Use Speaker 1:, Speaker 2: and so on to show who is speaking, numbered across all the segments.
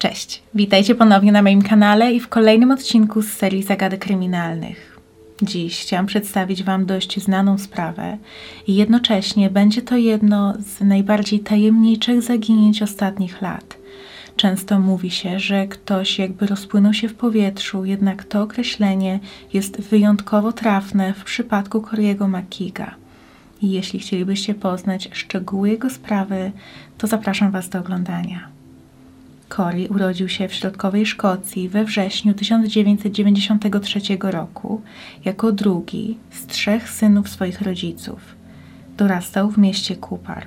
Speaker 1: Cześć, witajcie ponownie na moim kanale i w kolejnym odcinku z serii Zagadek Kryminalnych. Dziś chciałam przedstawić Wam dość znaną sprawę i jednocześnie będzie to jedno z najbardziej tajemniczych zaginięć ostatnich lat. Często mówi się, że ktoś jakby rozpłynął się w powietrzu, jednak to określenie jest wyjątkowo trafne w przypadku Cory'ego McKeega. I jeśli chcielibyście poznać szczegóły jego sprawy, to zapraszam Was do oglądania. Cory urodził się w środkowej Szkocji we wrześniu 1993 roku jako drugi z 3 synów swoich rodziców. Dorastał w mieście Cupar.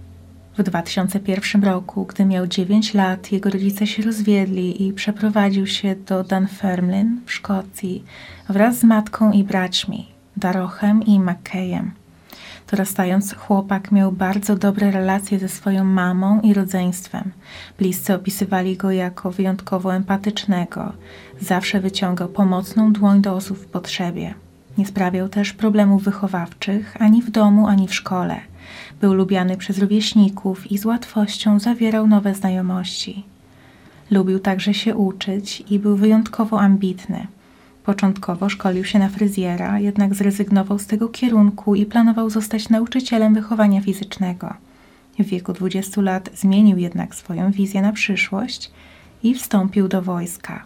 Speaker 1: W 2001 roku, gdy miał 9 lat, jego rodzice się rozwiedli i przeprowadził się do Dunfermline w Szkocji wraz z matką i braćmi, Darochem i Mackayem. Dorastając, chłopak miał bardzo dobre relacje ze swoją mamą i rodzeństwem. Bliscy opisywali go jako wyjątkowo empatycznego. Zawsze wyciągał pomocną dłoń do osób w potrzebie. Nie sprawiał też problemów wychowawczych ani w domu, ani w szkole. Był lubiany przez rówieśników i z łatwością zawierał nowe znajomości. Lubił także się uczyć i był wyjątkowo ambitny. Początkowo szkolił się na fryzjera, jednak zrezygnował z tego kierunku i planował zostać nauczycielem wychowania fizycznego. W wieku 20 lat zmienił jednak swoją wizję na przyszłość i wstąpił do wojska.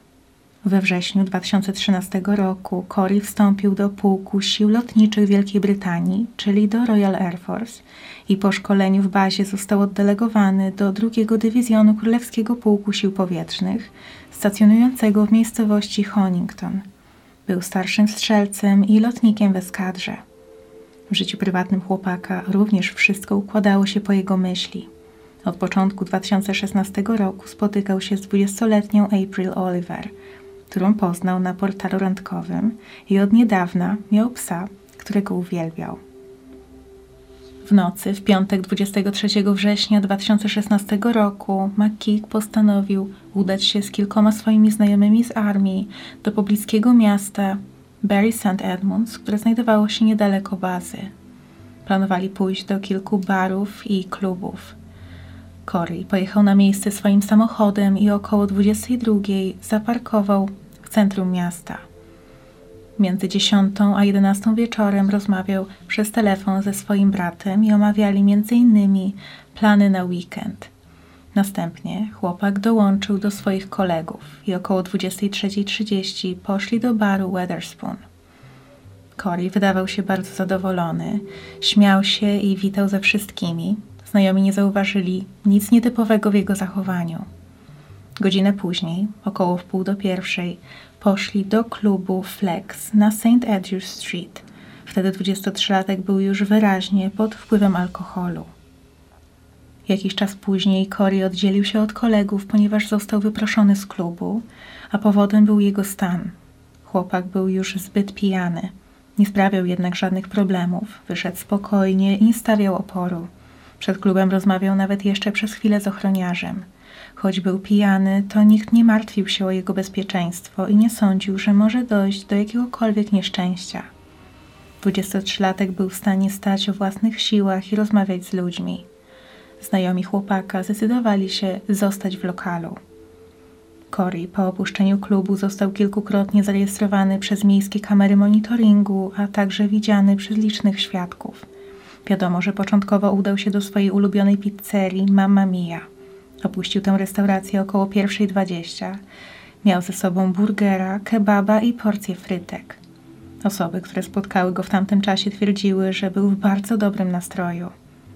Speaker 1: We wrześniu 2013 roku Cory wstąpił do pułku sił lotniczych Wielkiej Brytanii, czyli do Royal Air Force, i po szkoleniu w bazie został oddelegowany do 2 Dywizjonu Królewskiego Pułku Sił Powietrznych, stacjonującego w miejscowości Honington. Był starszym strzelcem i lotnikiem w eskadrze. W życiu prywatnym chłopaka również wszystko układało się po jego myśli. Od początku 2016 roku spotykał się z 20-letnią April Oliver, którą poznał na portalu randkowym i od niedawna miał psa, którego uwielbiał. W nocy, w piątek 23 września 2016 roku, McKeeg postanowił udać się z kilkoma swoimi znajomymi z armii do pobliskiego miasta Bury St. Edmunds, które znajdowało się niedaleko bazy. Planowali pójść do kilku barów i klubów. Cory pojechał na miejsce swoim samochodem i około 22 zaparkował w centrum miasta. Między 10 a 11 wieczorem rozmawiał przez telefon ze swoim bratem i omawiali m.in. plany na weekend. Następnie chłopak dołączył do swoich kolegów i około 23:30 poszli do baru Wetherspoon. Cory wydawał się bardzo zadowolony, śmiał się i witał ze wszystkimi. Znajomi nie zauważyli nic nietypowego w jego zachowaniu. Godzinę później, około 12:30, poszli do klubu Flex na St. Edward Street. Wtedy 23-latek był już wyraźnie pod wpływem alkoholu. Jakiś czas później Cory oddzielił się od kolegów, ponieważ został wyproszony z klubu, a powodem był jego stan. Chłopak był już zbyt pijany. Nie sprawiał jednak żadnych problemów. Wyszedł spokojnie i nie stawiał oporu. Przed klubem rozmawiał nawet jeszcze przez chwilę z ochroniarzem. Choć był pijany, to nikt nie martwił się o jego bezpieczeństwo i nie sądził, że może dojść do jakiegokolwiek nieszczęścia. 23-latek był w stanie stać o własnych siłach i rozmawiać z ludźmi. Znajomi chłopaka zdecydowali się zostać w lokalu. Cory po opuszczeniu klubu został kilkukrotnie zarejestrowany przez miejskie kamery monitoringu, a także widziany przez licznych świadków. Wiadomo, że początkowo udał się do swojej ulubionej pizzerii Mamma Mia. Opuścił tę restaurację około 1:20. Miał ze sobą burgera, kebaba i porcję frytek. Osoby, które spotkały go w tamtym czasie, twierdziły, że był w bardzo dobrym nastroju.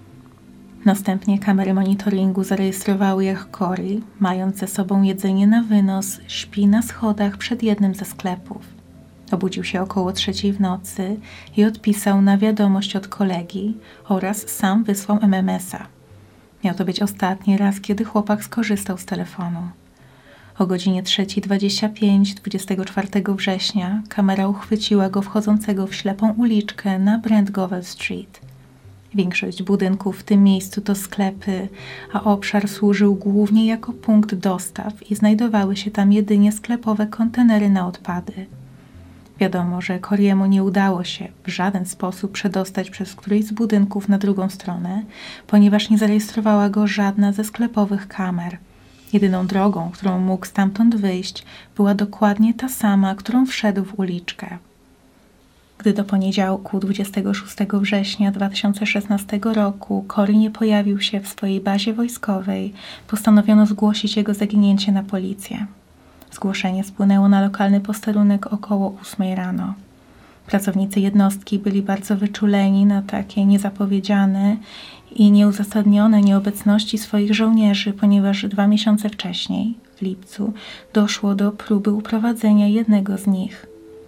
Speaker 1: Następnie kamery monitoringu zarejestrowały, jak Cory, mając ze sobą jedzenie na wynos, śpi na schodach przed jednym ze sklepów. Obudził się około 3:00 w nocy i odpisał na wiadomość od kolegi oraz sam wysłał MMS-a. Miał to być ostatni raz, kiedy chłopak skorzystał z telefonu. O godzinie 3:25 24 września kamera uchwyciła go wchodzącego w ślepą uliczkę na Brentgovel Street. Większość budynków w tym miejscu to sklepy, a obszar służył głównie jako punkt dostaw i znajdowały się tam jedynie sklepowe kontenery na odpady. Wiadomo, że Cory'emu nie udało się w żaden sposób przedostać przez któryś z budynków na drugą stronę, ponieważ nie zarejestrowała go żadna ze sklepowych kamer. Jedyną drogą, którą mógł stamtąd wyjść, była dokładnie ta sama, którą wszedł w uliczkę. Gdy do poniedziałku 26 września 2016 roku Corey nie pojawił się w swojej bazie wojskowej, postanowiono zgłosić jego zaginięcie na policję. Zgłoszenie spłynęło na lokalny posterunek około 8 rano. Pracownicy jednostki byli bardzo wyczuleni na takie niezapowiedziane i nieuzasadnione nieobecności swoich żołnierzy, ponieważ 2 miesiące wcześniej, w lipcu, doszło do próby uprowadzenia jednego z nich.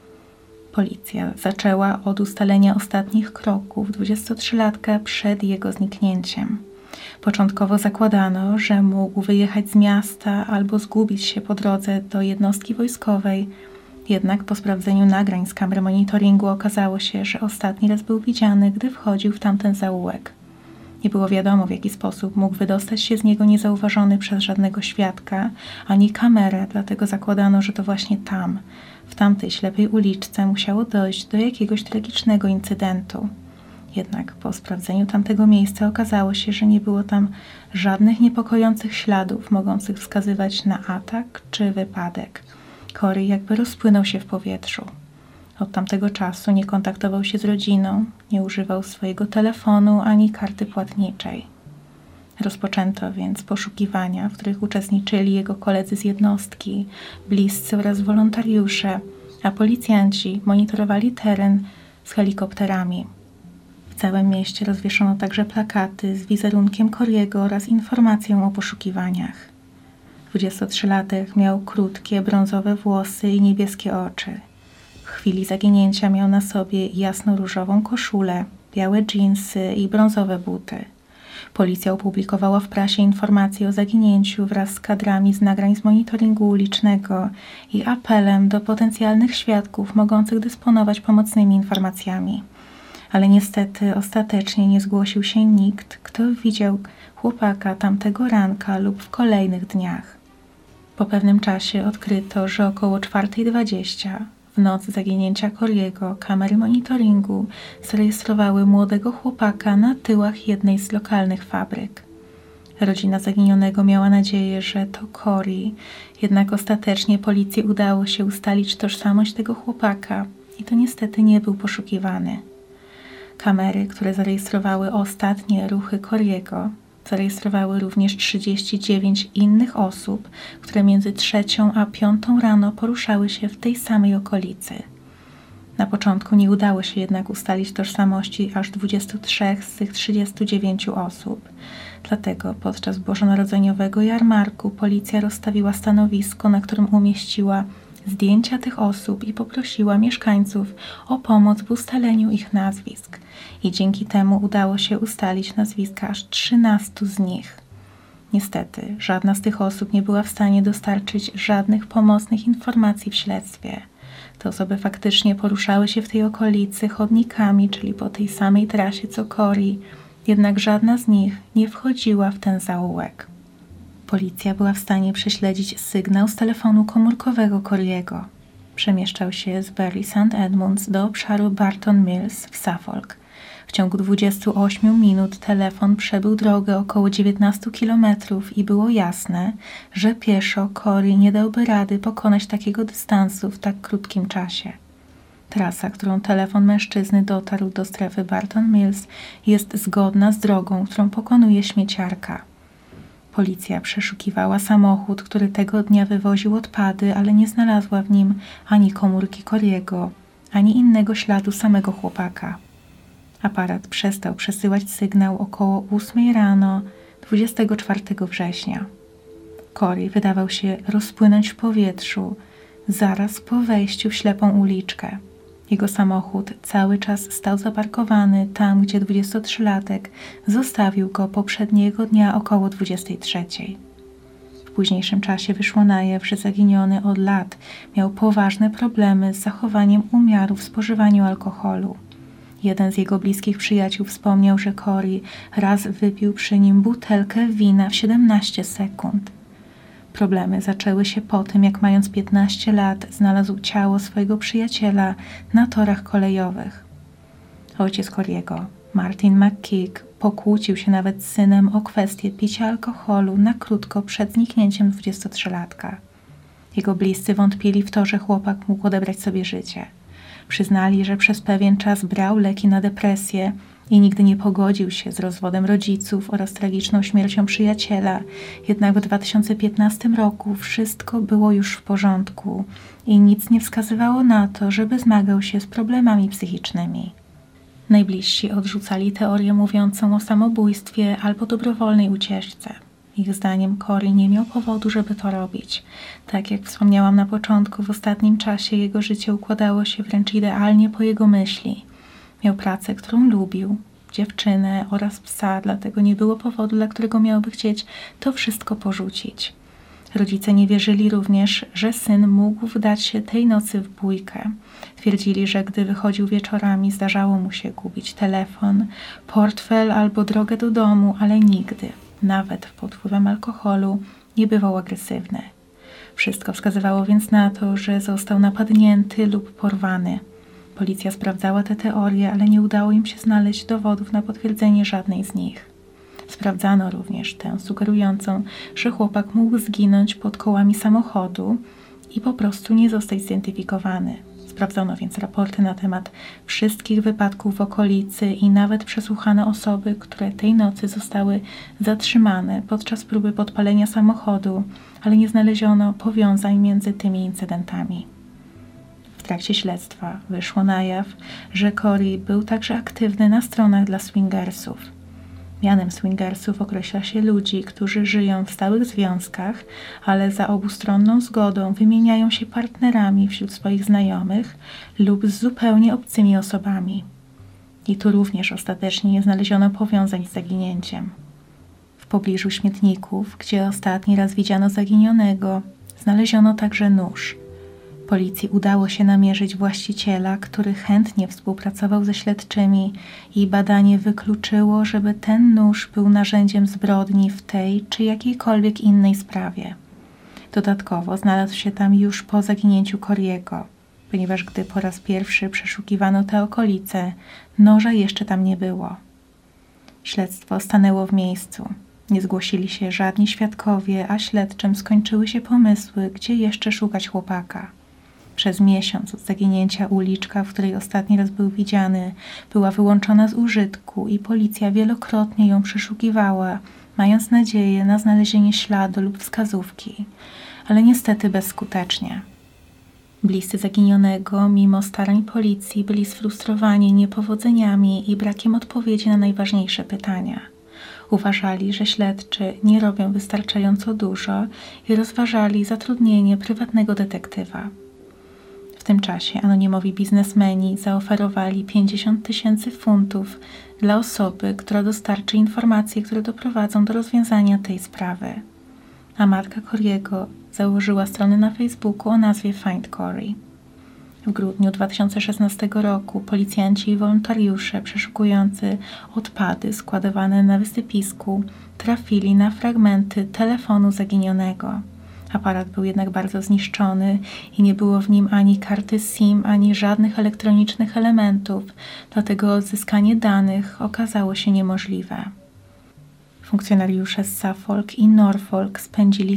Speaker 1: Policja zaczęła od ustalenia ostatnich kroków 23-latka przed jego zniknięciem. Początkowo zakładano, że mógł wyjechać z miasta albo zgubić się po drodze do jednostki wojskowej, jednak po sprawdzeniu nagrań z kamer monitoringu okazało się, że ostatni raz był widziany, gdy wchodził w tamten zaułek. Nie było wiadomo, w jaki sposób mógł wydostać się z niego niezauważony przez żadnego świadka, ani kamerę, dlatego zakładano, że to właśnie tam, w tamtej ślepej uliczce musiało dojść do jakiegoś tragicznego incydentu. Jednak po sprawdzeniu tamtego miejsca okazało się, że nie było tam żadnych niepokojących śladów mogących wskazywać na atak czy wypadek. Corey jakby rozpłynął się w powietrzu. Od tamtego czasu nie kontaktował się z rodziną, nie używał swojego telefonu ani karty płatniczej. Rozpoczęto więc poszukiwania, w których uczestniczyli jego koledzy z jednostki, bliscy oraz wolontariusze, a policjanci monitorowali teren z helikopterami. W całym mieście rozwieszono także plakaty z wizerunkiem Corey'ego oraz informacją o poszukiwaniach. 23-latek miał krótkie, brązowe włosy i niebieskie oczy. W chwili zaginięcia miał na sobie jasno-różową koszulę, białe dżinsy i brązowe buty. Policja opublikowała w prasie informacje o zaginięciu wraz z kadrami z nagrań z monitoringu ulicznego i apelem do potencjalnych świadków mogących dysponować pomocnymi informacjami. Ale niestety ostatecznie nie zgłosił się nikt, kto widział chłopaka tamtego ranka lub w kolejnych dniach. Po pewnym czasie odkryto, że około 4:20 w noc zaginięcia Corey'ego kamery monitoringu zarejestrowały młodego chłopaka na tyłach jednej z lokalnych fabryk. Rodzina zaginionego miała nadzieję, że to Corey, jednak ostatecznie policji udało się ustalić tożsamość tego chłopaka i to niestety nie był poszukiwany. Kamery, które zarejestrowały ostatnie ruchy Corey'ego, zarejestrowały również 39 innych osób, które między 3 a 5 rano poruszały się w tej samej okolicy. Na początku nie udało się jednak ustalić tożsamości aż 23 z tych 39 osób. Dlatego podczas bożonarodzeniowego jarmarku policja rozstawiła stanowisko, na którym umieściła zdjęcia tych osób i poprosiła mieszkańców o pomoc w ustaleniu ich nazwisk. I dzięki temu udało się ustalić nazwiska aż 13 z nich. Niestety, żadna z tych osób nie była w stanie dostarczyć żadnych pomocnych informacji w śledztwie. Te osoby faktycznie poruszały się w tej okolicy chodnikami, czyli po tej samej trasie co Corey, jednak żadna z nich nie wchodziła w ten zaułek. Policja była w stanie prześledzić sygnał z telefonu komórkowego Corey'ego. Przemieszczał się z Bury St. Edmunds do obszaru Barton Mills w Suffolk. W ciągu 28 minut telefon przebył drogę około 19 kilometrów i było jasne, że pieszo Corey nie dałby rady pokonać takiego dystansu w tak krótkim czasie. Trasa, którą telefon mężczyzny dotarł do strefy Barton Mills, jest zgodna z drogą, którą pokonuje śmieciarka. Policja przeszukiwała samochód, który tego dnia wywoził odpady, ale nie znalazła w nim ani komórki Corey'ego, ani innego śladu samego chłopaka. Aparat przestał przesyłać sygnał około 8 rano 24 września. Corey wydawał się rozpłynąć w powietrzu zaraz po wejściu w ślepą uliczkę. Jego samochód cały czas stał zaparkowany tam, gdzie 23-latek zostawił go poprzedniego dnia około 23. W późniejszym czasie wyszło na jaw, że zaginiony od lat miał poważne problemy z zachowaniem umiaru w spożywaniu alkoholu. Jeden z jego bliskich przyjaciół wspomniał, że Corey raz wypił przy nim butelkę wina w 17 sekund. Problemy zaczęły się po tym, jak mając 15 lat znalazł ciało swojego przyjaciela na torach kolejowych. Ojciec Corey'ego, Martin McKeek, pokłócił się nawet z synem o kwestię picia alkoholu na krótko przed zniknięciem 23-latka. Jego bliscy wątpili w to, że chłopak mógł odebrać sobie życie. Przyznali, że przez pewien czas brał leki na depresję i nigdy nie pogodził się z rozwodem rodziców oraz tragiczną śmiercią przyjaciela. Jednak w 2015 roku wszystko było już w porządku i nic nie wskazywało na to, żeby zmagał się z problemami psychicznymi. Najbliżsi odrzucali teorię mówiącą o samobójstwie albo dobrowolnej ucieczce. Ich zdaniem Corey nie miał powodu, żeby to robić. Tak jak wspomniałam na początku, w ostatnim czasie jego życie układało się wręcz idealnie po jego myśli. Miał pracę, którą lubił, dziewczynę oraz psa, dlatego nie było powodu, dla którego miałby chcieć to wszystko porzucić. Rodzice nie wierzyli również, że syn mógł wdać się tej nocy w bójkę. Twierdzili, że gdy wychodził wieczorami, zdarzało mu się gubić telefon, portfel albo drogę do domu, ale nigdy, nawet pod wpływem alkoholu, nie bywał agresywny. Wszystko wskazywało więc na to, że został napadnięty lub porwany. Policja sprawdzała te teorie, ale nie udało im się znaleźć dowodów na potwierdzenie żadnej z nich. Sprawdzano również tę sugerującą, że chłopak mógł zginąć pod kołami samochodu i po prostu nie zostać zidentyfikowany. Sprawdzono więc raporty na temat wszystkich wypadków w okolicy i nawet przesłuchano osoby, które tej nocy zostały zatrzymane podczas próby podpalenia samochodu, ale nie znaleziono powiązań między tymi incydentami. W trakcie śledztwa wyszło na jaw, że Corey był także aktywny na stronach dla swingersów. Mianem swingersów określa się ludzi, którzy żyją w stałych związkach, ale za obustronną zgodą wymieniają się partnerami wśród swoich znajomych lub z zupełnie obcymi osobami. I tu również ostatecznie nie znaleziono powiązań z zaginięciem. W pobliżu śmietników, gdzie ostatni raz widziano zaginionego, znaleziono także nóż. Policji udało się namierzyć właściciela, który chętnie współpracował ze śledczymi i badanie wykluczyło, żeby ten nóż był narzędziem zbrodni w tej czy jakiejkolwiek innej sprawie. Dodatkowo znalazł się tam już po zaginięciu Corey'ego, ponieważ gdy po raz pierwszy przeszukiwano te okolice, noża jeszcze tam nie było. Śledztwo stanęło w miejscu. Nie zgłosili się żadni świadkowie, a śledczym skończyły się pomysły, gdzie jeszcze szukać chłopaka. Przez miesiąc od zaginięcia uliczka, w której ostatni raz był widziany, była wyłączona z użytku i policja wielokrotnie ją przeszukiwała, mając nadzieję na znalezienie śladu lub wskazówki, ale niestety bezskutecznie. Bliscy zaginionego, mimo starań policji, byli sfrustrowani niepowodzeniami i brakiem odpowiedzi na najważniejsze pytania. Uważali, że śledczy nie robią wystarczająco dużo i rozważali zatrudnienie prywatnego detektywa. W tym czasie anonimowi biznesmeni zaoferowali 50 000 funtów dla osoby, która dostarczy informacje, które doprowadzą do rozwiązania tej sprawy. A matka Corey'ego założyła stronę na Facebooku o nazwie Find Corey. W grudniu 2016 roku policjanci i wolontariusze przeszukujący odpady składowane na wysypisku trafili na fragmenty telefonu zaginionego. Aparat był jednak bardzo zniszczony i nie było w nim ani karty SIM, ani żadnych elektronicznych elementów, dlatego odzyskanie danych okazało się niemożliwe. Funkcjonariusze z Suffolk i Norfolk spędzili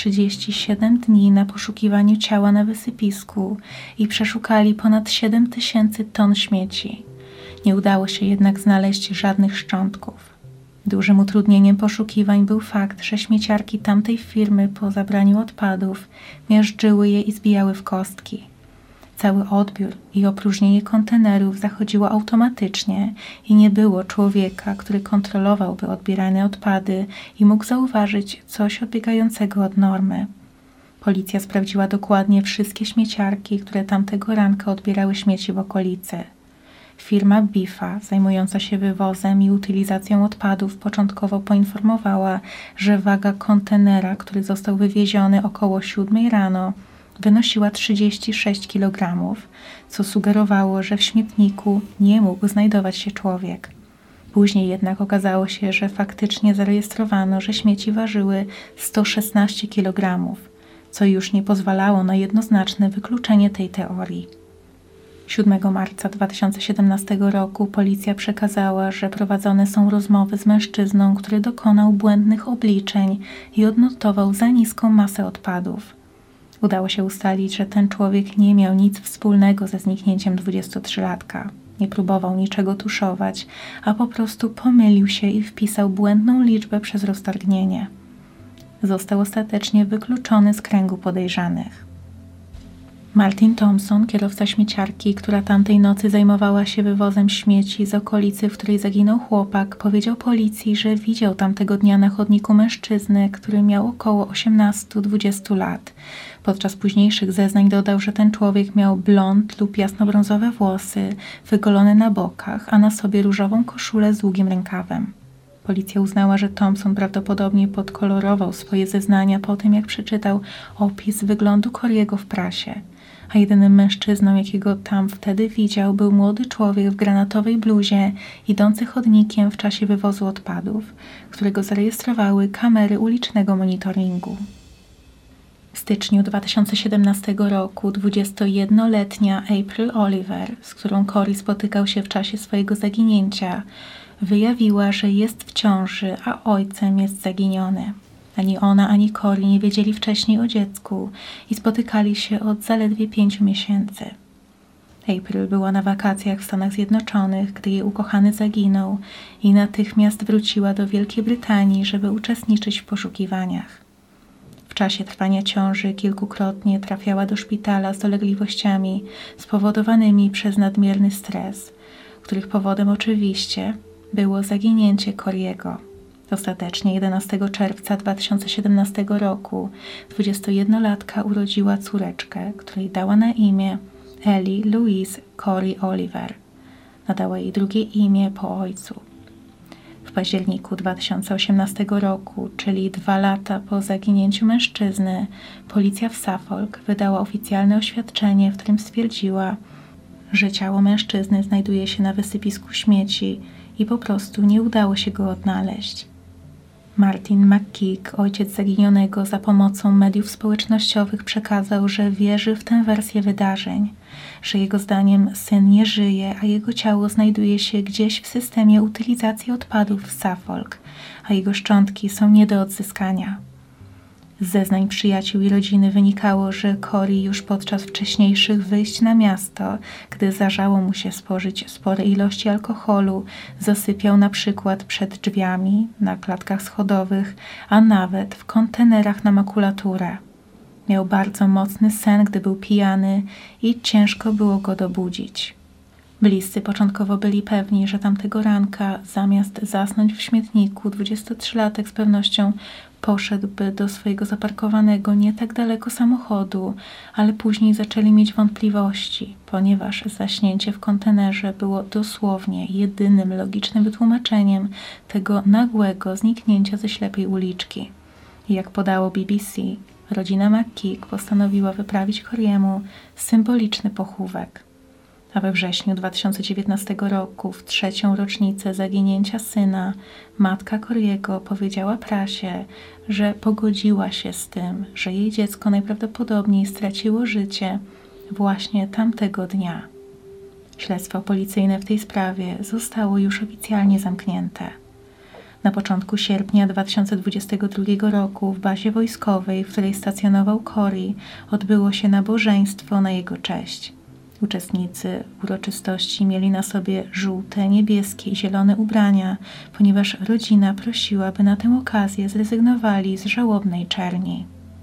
Speaker 1: 137 dni na poszukiwaniu ciała na wysypisku i przeszukali ponad 7000 ton śmieci. Nie udało się jednak znaleźć żadnych szczątków. Dużym utrudnieniem poszukiwań był fakt, że śmieciarki tamtej firmy po zabraniu odpadów miażdżyły je i zbijały w kostki. Cały odbiór i opróżnienie kontenerów zachodziło automatycznie i nie było człowieka, który kontrolowałby odbierane odpady i mógł zauważyć coś odbiegającego od normy. Policja sprawdziła dokładnie wszystkie śmieciarki, które tamtego ranka odbierały śmieci w okolicy. Firma Bifa, zajmująca się wywozem i utylizacją odpadów, początkowo poinformowała, że waga kontenera, który został wywieziony około 7 rano, wynosiła 36 kg, co sugerowało, że w śmietniku nie mógł znajdować się człowiek. Później jednak okazało się, że faktycznie zarejestrowano, że śmieci ważyły 116 kg, co już nie pozwalało na jednoznaczne wykluczenie tej teorii. 7 marca 2017 roku policja przekazała, że prowadzone są rozmowy z mężczyzną, który dokonał błędnych obliczeń i odnotował za niską masę odpadów. Udało się ustalić, że ten człowiek nie miał nic wspólnego ze zniknięciem 23-latka. Nie próbował niczego tuszować, a po prostu pomylił się i wpisał błędną liczbę przez roztargnienie. Został ostatecznie wykluczony z kręgu podejrzanych. Martin Thompson, kierowca śmieciarki, która tamtej nocy zajmowała się wywozem śmieci z okolicy, w której zaginął chłopak, powiedział policji, że widział tamtego dnia na chodniku mężczyznę, który miał około 18-20 lat. Podczas późniejszych zeznań dodał, że ten człowiek miał blond lub jasnobrązowe włosy, wygolone na bokach, a na sobie różową koszulę z długim rękawem. Policja uznała, że Thompson prawdopodobnie podkolorował swoje zeznania po tym, jak przeczytał opis wyglądu Corey'ego w prasie, a jedynym mężczyzną, jakiego tam wtedy widział, był młody człowiek w granatowej bluzie, idący chodnikiem w czasie wywozu odpadów, którego zarejestrowały kamery ulicznego monitoringu. W styczniu 2017 roku 21-letnia April Oliver, z którą Corey spotykał się w czasie swojego zaginięcia, wyjawiła, że jest w ciąży, a ojcem jest zaginiony. Ani ona, ani Corey nie wiedzieli wcześniej o dziecku i spotykali się od zaledwie 5 miesięcy. April była na wakacjach w Stanach Zjednoczonych, gdy jej ukochany zaginął i natychmiast wróciła do Wielkiej Brytanii, żeby uczestniczyć w poszukiwaniach. W czasie trwania ciąży kilkukrotnie trafiała do szpitala z dolegliwościami spowodowanymi przez nadmierny stres, których powodem oczywiście było zaginięcie Corey'ego. Ostatecznie 11 czerwca 2017 roku 21-latka urodziła córeczkę, której dała na imię Ellie Louise Corey Oliver. Nadała jej drugie imię po ojcu. W październiku 2018 roku, czyli 2 lata po zaginięciu mężczyzny, policja w Suffolk wydała oficjalne oświadczenie, w którym stwierdziła, że ciało mężczyzny znajduje się na wysypisku śmieci i po prostu nie udało się go odnaleźć. Martin McKeek, ojciec zaginionego, za pomocą mediów społecznościowych przekazał, że wierzy w tę wersję wydarzeń, że jego zdaniem syn nie żyje, a jego ciało znajduje się gdzieś w systemie utylizacji odpadów w Suffolk, a jego szczątki są nie do odzyskania. Z zeznań przyjaciół i rodziny wynikało, że Corey już podczas wcześniejszych wyjść na miasto, gdy zdarzało mu się spożyć spore ilości alkoholu, zasypiał na przykład przed drzwiami, na klatkach schodowych, a nawet w kontenerach na makulaturę. Miał bardzo mocny sen, gdy był pijany i ciężko było go dobudzić. Bliscy początkowo byli pewni, że tamtego ranka, zamiast zasnąć w śmietniku, 23-latek z pewnością poszedłby do swojego zaparkowanego nie tak daleko samochodu, ale później zaczęli mieć wątpliwości, ponieważ zaśnięcie w kontenerze było dosłownie jedynym logicznym wytłumaczeniem tego nagłego zniknięcia ze ślepej uliczki. I jak podało BBC, rodzina McKeek postanowiła wyprawić Corey'emu symboliczny pochówek. A we wrześniu 2019 roku, w 3. rocznicę zaginięcia syna, matka Corey'ego powiedziała prasie, że pogodziła się z tym, że jej dziecko najprawdopodobniej straciło życie właśnie tamtego dnia. Śledztwo policyjne w tej sprawie zostało już oficjalnie zamknięte. Na początku sierpnia 2022 roku w bazie wojskowej, w której stacjonował Corey, odbyło się nabożeństwo na jego cześć. Uczestnicy uroczystości mieli na sobie żółte, niebieskie i zielone ubrania, ponieważ rodzina prosiła, by na tę okazję zrezygnowali z żałobnej czerni.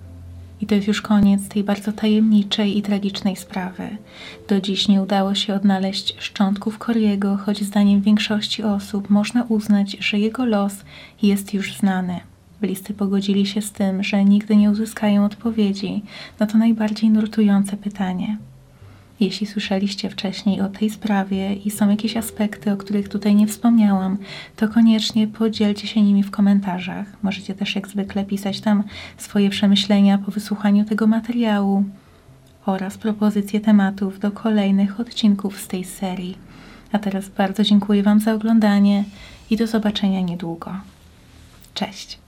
Speaker 1: I to jest już koniec tej bardzo tajemniczej i tragicznej sprawy. Do dziś nie udało się odnaleźć szczątków Corey'ego, choć zdaniem większości osób można uznać, że jego los jest już znany. Bliscy pogodzili się z tym, że nigdy nie uzyskają odpowiedzi na to najbardziej nurtujące pytanie. Jeśli słyszeliście wcześniej o tej sprawie i są jakieś aspekty, o których tutaj nie wspomniałam, to koniecznie podzielcie się nimi w komentarzach. Możecie też jak zwykle pisać tam swoje przemyślenia po wysłuchaniu tego materiału oraz propozycje tematów do kolejnych odcinków z tej serii. A teraz bardzo dziękuję Wam za oglądanie i do zobaczenia niedługo. Cześć!